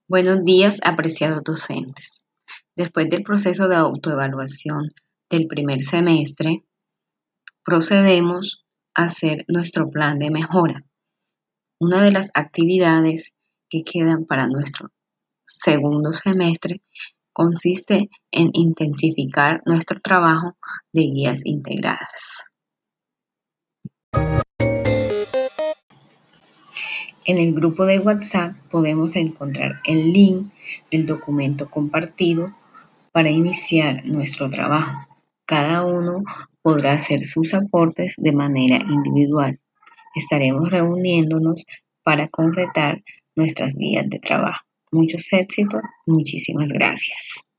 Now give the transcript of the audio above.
Buenos días, apreciados docentes. Después del proceso de autoevaluación del primer semestre, procedemos a hacer nuestro plan de mejora. Una de las actividades que quedan para nuestro segundo semestre consiste en intensificar nuestro trabajo de guías integradas. En el grupo de WhatsApp podemos encontrar el link del documento compartido para iniciar nuestro trabajo. Cada uno podrá hacer sus aportes de manera individual. Estaremos reuniéndonos para concretar nuestras guías de trabajo. Muchos éxitos, muchísimas gracias.